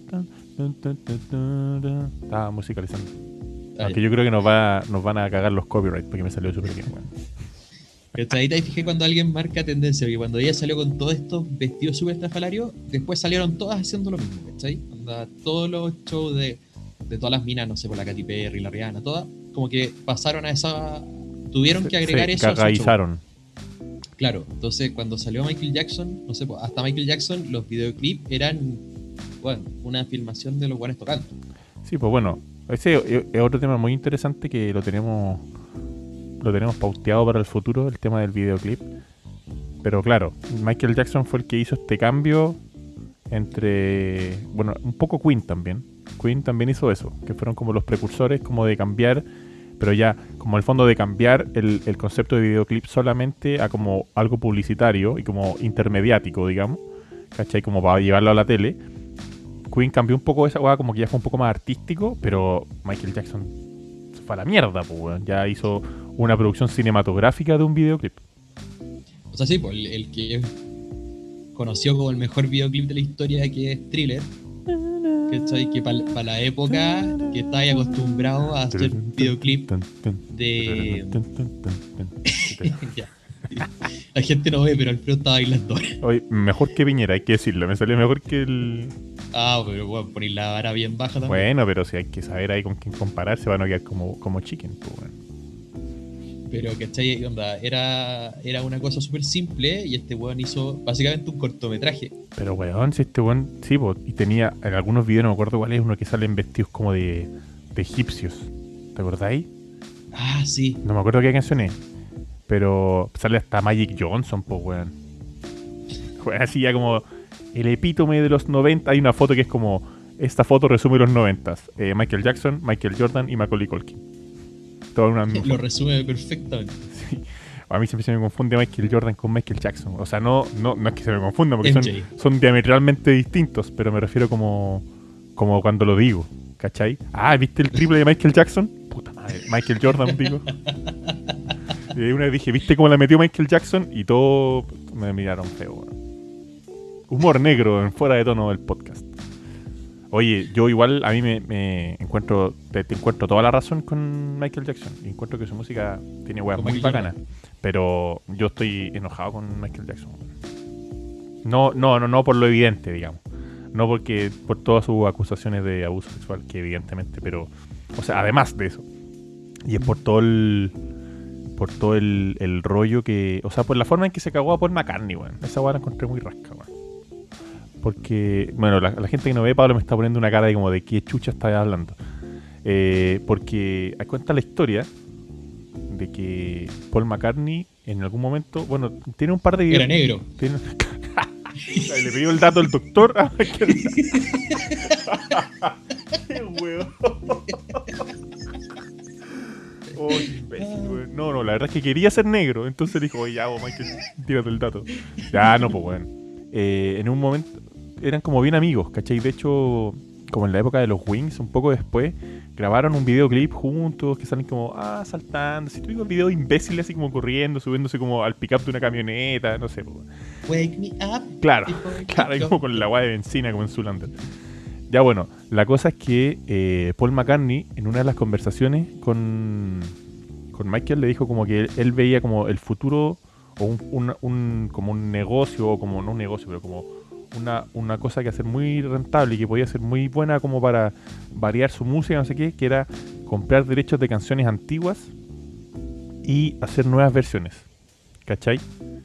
Estaba musicalizando. Ah, Aunque yo creo que nos, va, nos van a cagar los copyrights porque me salió súper bien, weón. Pero ahí te fijé cuando alguien marca tendencia, porque cuando ella salió con todos estos vestidos súper estrafalarios, después salieron todas haciendo lo mismo, ¿cachai? Onda, todos los shows de, de todas las minas, no sé, por la Katy Perry, la Rihanna, todas, como que pasaron a esa... Tuvieron que agregar Se eso a su show. cagaizaron. Claro, entonces cuando salió Michael Jackson, no sé, pues, hasta Michael Jackson, los videoclips eran, bueno, una filmación de los guanes tocando. Sí, pues bueno, ese es es otro tema muy interesante que lo tenemos lo tenemos pauteado para el futuro, el tema del videoclip. Pero claro, Michael Jackson fue el que hizo este cambio entre, bueno, un poco Queen también. Queen también hizo eso, que fueron como los precursores como de cambiar, pero ya como el fondo de cambiar el, el concepto de videoclip solamente a como algo publicitario y como intermediático, digamos, ¿cachai? Como para llevarlo a la tele. Queen cambió un poco esa hueá, como que ya fue un poco más artístico, pero Michael Jackson se fue a la mierda, pues, weón. Ya hizo una producción cinematográfica de un videoclip. O sea, sí, pues el, el que conoció como el mejor videoclip de la historia, que es Thriller, ¿cachai? Que para pa la época que estáis acostumbrado a hacer videoclip de... Ya. La gente no ve, pero Alfredo está bailando. Oye, mejor que Piñera, hay que decirlo. Me salió mejor que el... Ah, pero bueno, poner la vara bien baja también. Bueno, pero si hay que saber ahí con quién compararse, van a quedar como, como chicken, pues, bueno. Pero, ¿cachai? ¿Qué onda? Era, era una cosa súper simple y este weón hizo básicamente un cortometraje. Pero, weón, si este weón... Sí, pues, y tenía... En algunos videos, no me acuerdo cuál es, uno que salen vestidos como de, de egipcios. ¿Te acordáis? Ah, sí. No me acuerdo qué canción es. Pero sale hasta Magic Johnson, pues, weón. Weón, así ya como... El epítome de los noventa. Hay una foto que es como... Esta foto resume los noventas. Eh, Michael Jackson, Michael Jordan y Macaulay Culkin. Todo en una misma Lo foto. resume perfectamente. Sí. A mí siempre se me confunde Michael Jordan con Michael Jackson. O sea, no, no, no es que se me confunda, porque son, M J. son diametralmente distintos, pero me refiero como, como cuando lo digo, ¿cachai? Ah, ¿viste el triple de Michael Jackson? Puta madre, Michael Jordan, digo. Y una vez dije, ¿viste cómo la metió Michael Jackson? Y todos me miraron feo. Bueno. Humor negro en fuera de tono del podcast. Oye, yo igual a mí me, me encuentro, te, te encuentro toda la razón con Michael Jackson. Y encuentro que su música tiene weas Con muy Michael bacanas. Pero yo estoy enojado con Michael Jackson. No, no, no, no por lo evidente, digamos. No porque por todas sus acusaciones de abuso sexual, que evidentemente, pero, o sea, además de eso. Y es por todo el, por todo el, el rollo que, o sea, por la forma en que se cagó a Paul McCartney, weón. Esa wea la encontré muy rasca, weón. Porque, bueno, la, la gente que no ve, Pablo me está poniendo una cara de como de qué chucha está hablando. Eh, porque cuenta la historia de que Paul McCartney en algún momento, bueno, tiene un par de videos. Era negro. Tiene... Le pidió el dato al doctor. Ah, qué huevo. Oh, qué imbécil, weón. No, no, la verdad es que quería ser negro. Entonces dijo, oye, ya, vos, Michael, tírate el dato. Ya, no, pues, bueno. Eh, en un momento eran como bien amigos, ¿cachai? De hecho, como en la época de los Wings, un poco después, grabaron un videoclip juntos que salen como, ah, saltando. Si tú digo videos imbéciles, así como corriendo, subiéndose como al pick-up de una camioneta, no sé. Pues. Wake me up. Claro, claro, y como con la guay de benzina, como en Zoolander. Ya bueno, la cosa es que eh, Paul McCartney, en una de las conversaciones con, con Michael, le dijo como que él, él veía como el futuro o un, un, un, como un negocio, o como no un negocio, pero como una, una cosa que hacer muy rentable y que podía ser muy buena como para variar su música, no sé qué, que era comprar derechos de canciones antiguas y hacer nuevas versiones, ¿cachai?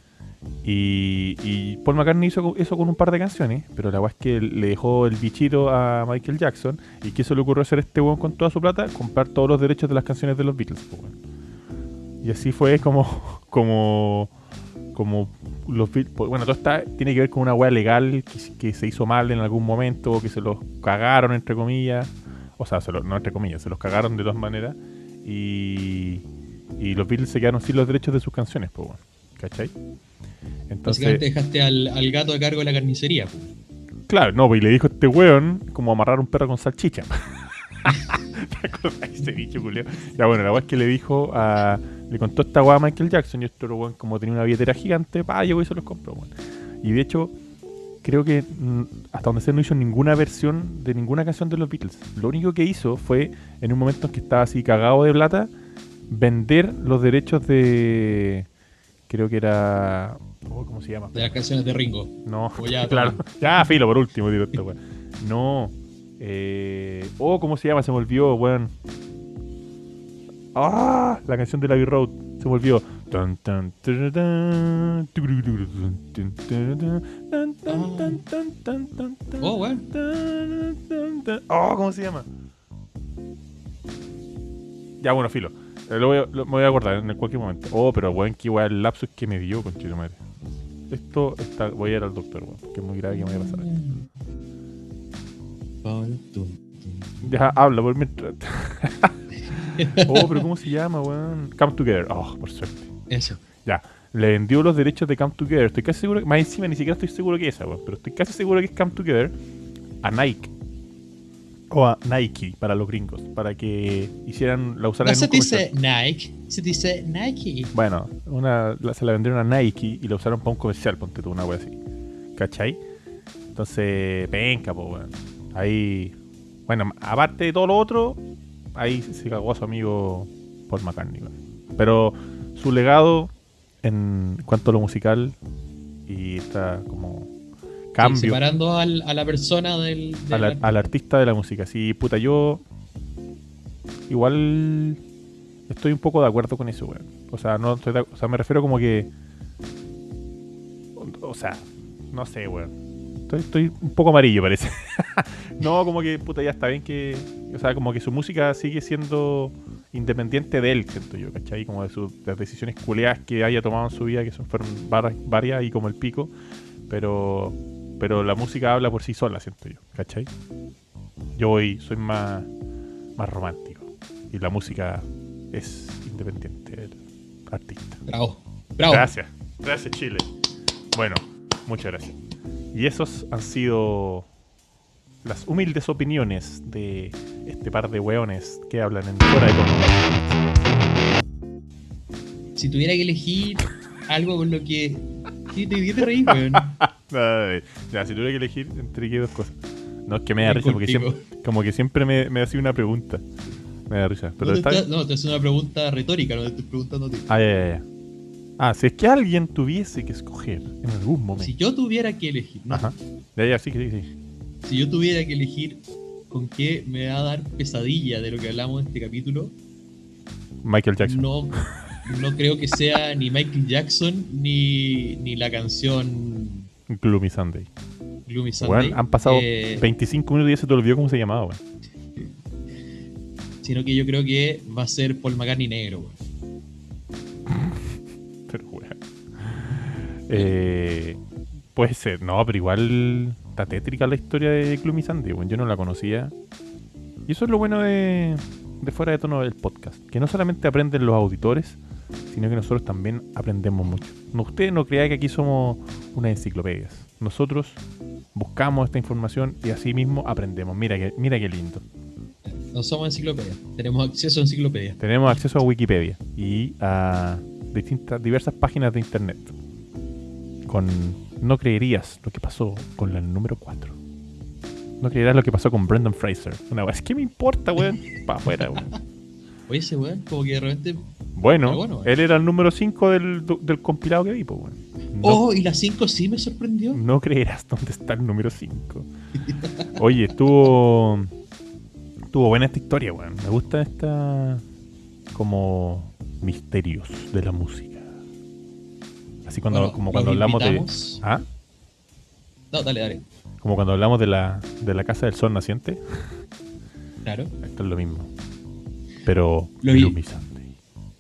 Y, y Paul McCartney hizo eso con un par de canciones, pero la verdad es que le dejó el bichito a Michael Jackson. ¿Y qué se le ocurrió hacer a este weón con toda su plata? Comprar todos los derechos de las canciones de los Beatles, pues, weón. Y así fue como como como los Beatles, bueno, todo está tiene que ver con una weá legal que, que se hizo mal en algún momento, que se los cagaron entre comillas, o sea, se los, no entre comillas, se los cagaron de todas maneras y y los Beatles se quedaron sin los derechos de sus canciones, pues, bueno, ¿cachai? Entonces, básicamente dejaste al, al gato a cargo de la carnicería. Pues. Claro, no, pues y le dijo a este weón como amarrar un perro con salchicha. ¿Te acuerdas de ese bicho, culeo? Ya bueno, la weá es que le dijo a... Le contó esta weá a Michael Jackson y este otro weón como tenía una billetera gigante, pa, llegó y se los compró, weón. Y de hecho, creo que mm, hasta donde sé no hizo ninguna versión de ninguna canción de los Beatles. Lo único que hizo fue, en un momento en que estaba así cagado de plata, vender los derechos de... Creo que era... Oh, ¿cómo se llama? De las canciones de Ringo. No, O ya, claro. toma. Ya, filo, por último, digo esta weá. No. Eh... Oh, ¿cómo se llama? Se me olvidó, weón. Ah, la canción de la Abbey Road. Se me olvidó. Tan, tan, tararán, turururun, tan, tararán, tan, tan, tan, tan, tan, tan, tan, Oh, weón. tan, tan, tan. Oh, ¿cómo se llama? Ya, bueno, filo. Eh, Lo voy a, lo- me voy a acordar en cualquier momento. Oh, pero weón, qué weón el lapsus que me dio, conchito madre. Esto está, voy a ir al doctor, weón, porque es muy grave que me vaya a pasar esto. Ya, habla por mientras. Oh, pero ¿cómo se llama, weón? Come Together. Oh, por suerte. Eso. Ya, le vendió los derechos de Come Together. Estoy casi seguro, más encima ni siquiera estoy seguro que es esa, weón, pero estoy casi seguro que es Come Together a Nike. O a Nike para los gringos, para que hicieran, la usaran No en se un comercial. dice Nike, se dice Nike. Bueno, una, la- se la vendieron a Nike y la usaron para un comercial, ponte tú, una wea así. ¿Cachai? Entonces, penca, po, weón. Ahí, bueno, aparte de todo lo otro, ahí se cagó a su amigo Paul McCartney, weón. Pero su legado en cuanto a lo musical y está como Sí, cambio separando al- a la persona del, del al, ar- artista. al artista de la música. Sí, puta, yo igual estoy un poco de acuerdo con eso, weón. O sea, no estoy de- o sea, me refiero como que, o, o sea, no sé, weón. Estoy, estoy un poco amarillo, parece. No, como que, puta, ya está bien que, o sea, como que su música sigue siendo independiente de él, siento yo, ¿cachai? Como de sus de las decisiones culeadas que haya tomado en su vida, que son fueron var- varias y como el pico, pero pero la música habla por sí sola, siento yo, ¿cachai? Yo hoy soy más, más romántico y la música es independiente del artista. Bravo, bravo. Gracias, gracias Chile. Bueno, muchas gracias. Y esos han sido las humildes opiniones de este par de weones que hablan en fuera de tono. Si tuviera que elegir algo con lo que... ¿Qué te, qué te reís, weón? Ay, ya, si tuviera que elegir entre qué dos cosas. No, es que me da risa porque Contigo. siempre, como que siempre me, me hacía una pregunta. Me da risa. Pero no, te está está- no, te hace una pregunta retórica, no te estoy preguntando a ti. Ah, ya, ya, ya. Ah, si es que alguien tuviese que escoger en algún momento. Si yo tuviera que elegir, ¿no? Ajá. Ya, ya, sí, sí, sí. Si yo tuviera que elegir con qué me va a dar pesadilla de lo que hablamos en este capítulo, Michael Jackson. no, no creo que sea ni Michael Jackson ni, ni la canción Gloomy Sunday. Gloomy Sunday. Weón, han pasado eh, veinticinco minutos y ya se te olvidó cómo se llamaba, weón. Sino que yo creo que va a ser Paul McCartney negro, weón. Pero, weón. Eh, puede ser, no, pero igual está tétrica la historia de Gloomy Sunday, weón. Yo no la conocía. Y eso es lo bueno de, de Fuera de Tono del podcast. Que no solamente aprenden los auditores, sino que nosotros también aprendemos mucho. No, ustedes no crean que aquí somos unas enciclopedias. Nosotros buscamos esta información y así mismo aprendemos. Mira que, mira qué lindo. No somos enciclopedia, tenemos acceso a enciclopedia. Tenemos acceso a Wikipedia y a distintas, diversas páginas de internet. Con no creerías lo que pasó con la número cuatro. No creerás lo que pasó con Brendan Fraser. Una vez, ¿qué me importa, weón? Para afuera, weón. Oye, ese weón, como que de repente. Bueno, Pero bueno, weón. él era el número cinco del, del compilado que vi, pues, weón. No, Oh, y la cinco sí me sorprendió. no creerás dónde está el número cinco. Oye, estuvo. Estuvo buena esta historia, weón. Me gusta esta. Como. Misterios de la música. Así cuando, Bueno, como los cuando hablamos de. invitamos- ¿Ah? No, dale, dale. Como cuando hablamos de la, de la Casa del Sol Naciente. Claro. Esto es lo mismo. Pero. Lo- Gloomy Sunday.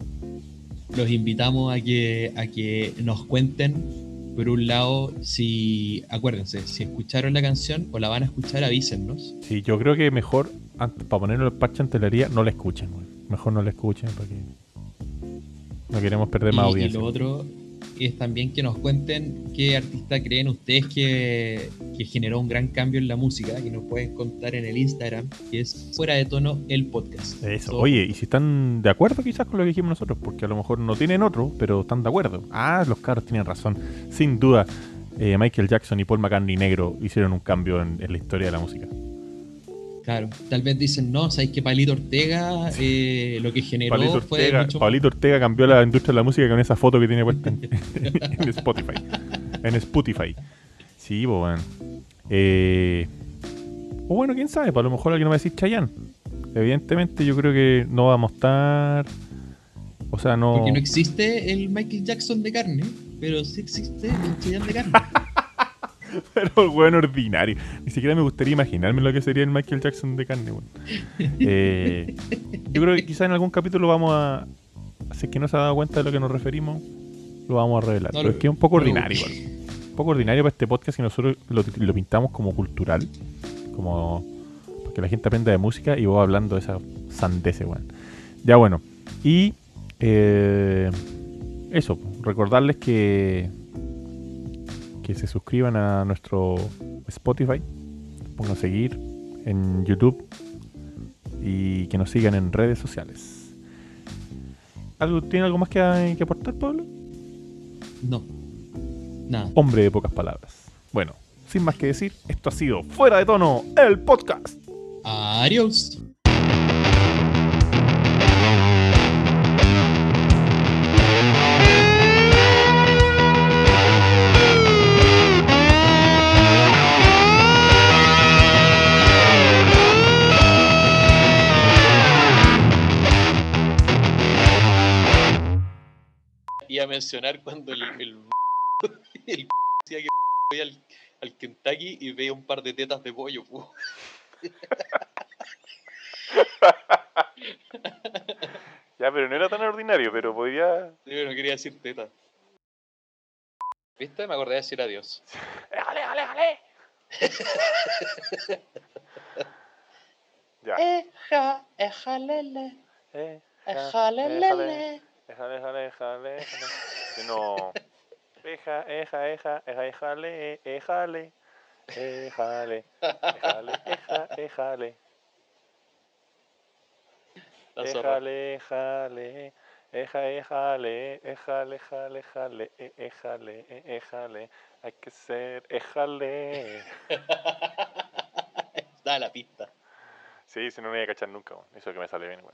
Los invitamos a que, a que nos cuenten, por un lado, si, acuérdense, si escucharon la canción o la van a escuchar, avísennos. Sí, yo creo que mejor, antes, para ponerle el parche en telería, no la escuchen, weón. Mejor no la escuchen porque no queremos perder Y, más y audiencia. lo otro es también que nos cuenten qué artista creen ustedes que, que generó un gran cambio en la música, que nos pueden contar en el Instagram, que es Fuera de Tono el podcast. Eso. Todo- Oye, y si están de acuerdo quizás con lo que dijimos nosotros, porque a lo mejor no tienen otro, pero están de acuerdo. Ah, los caros tienen razón. Sin duda, eh, Michael Jackson y Paul McCartney negro hicieron un cambio en, en la historia de la música. Claro, tal vez dicen, no, sabéis que Pablito Ortega eh, lo que generó Pablito fue Ortega, mucho Pablito Ortega cambió la industria de la música con esa foto que tiene puesta en, en Spotify. En Spotify. Sí, pues bueno. Eh, o bueno, quién sabe, pues a lo mejor alguien va a decir Chayanne. Evidentemente yo creo que no va a mostrar. O sea, no. Porque no existe el Michael Jackson de carne, pero sí existe el Chayanne de carne. Pero el weón ordinario. Ni siquiera me gustaría imaginarme lo que sería el Michael Jackson de carne, weón. Eh, yo creo que quizás en algún capítulo vamos a. Si es que no se ha dado cuenta de lo que nos referimos, lo vamos a revelar. No, Pero lo- es que es un poco no lo- ordinario, igual. Un poco ordinario para este podcast y nosotros lo, lo pintamos como cultural. Como. Para que la gente aprenda de música y vos hablando de esa sandece, weón. Ya bueno. Y. Eh, eso, recordarles que. Que se suscriban a nuestro Spotify, pongan a seguir en YouTube y que nos sigan en redes sociales. ¿Algo, ¿Tiene algo más que, que aportar, Pablo? No, nada. Hombre de pocas palabras. Bueno, sin más que decir, esto ha sido Fuera de Tono, el podcast. Adiós. mencionar cuando el, el, el decía que voy al, al Kentucky y veía un par de tetas de pollo, pu. Ya, pero no era tan ordinario, pero podía... Sí, pero no quería decir teta. ¿Viste? Me acordé de decir adiós. ¡Éjale, éjale, éjale! Ya. Eja, ejalele, Eh, ejalelele. Éjale, éjale, éjale, éjale. Si no... Eja, eja, eja, eja, éjale, éjale. Éjale, éjale, eja, éjale. La zorra. Éjale, éjale. Eja, éjale, éjale, éjale, éjale, eh, éjale, eh, éjale. Hay que ser, éjale. Da la pista. Sí, si no me voy a cachar nunca, weón. Eso que me sale bien, weón.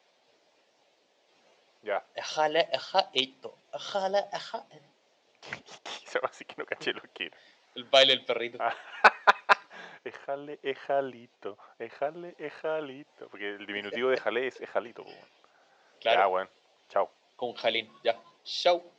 Ya. Ejale, eja, eito. Ejale, eja. Eso así que no caché lo que era. El baile del perrito. Ah. Ejale, ejalito. Ejale, ejalito. Porque el diminutivo de jale es ejalito, weón. Ya, Claro, weón. Chao. con Jalín. Ya. Chau.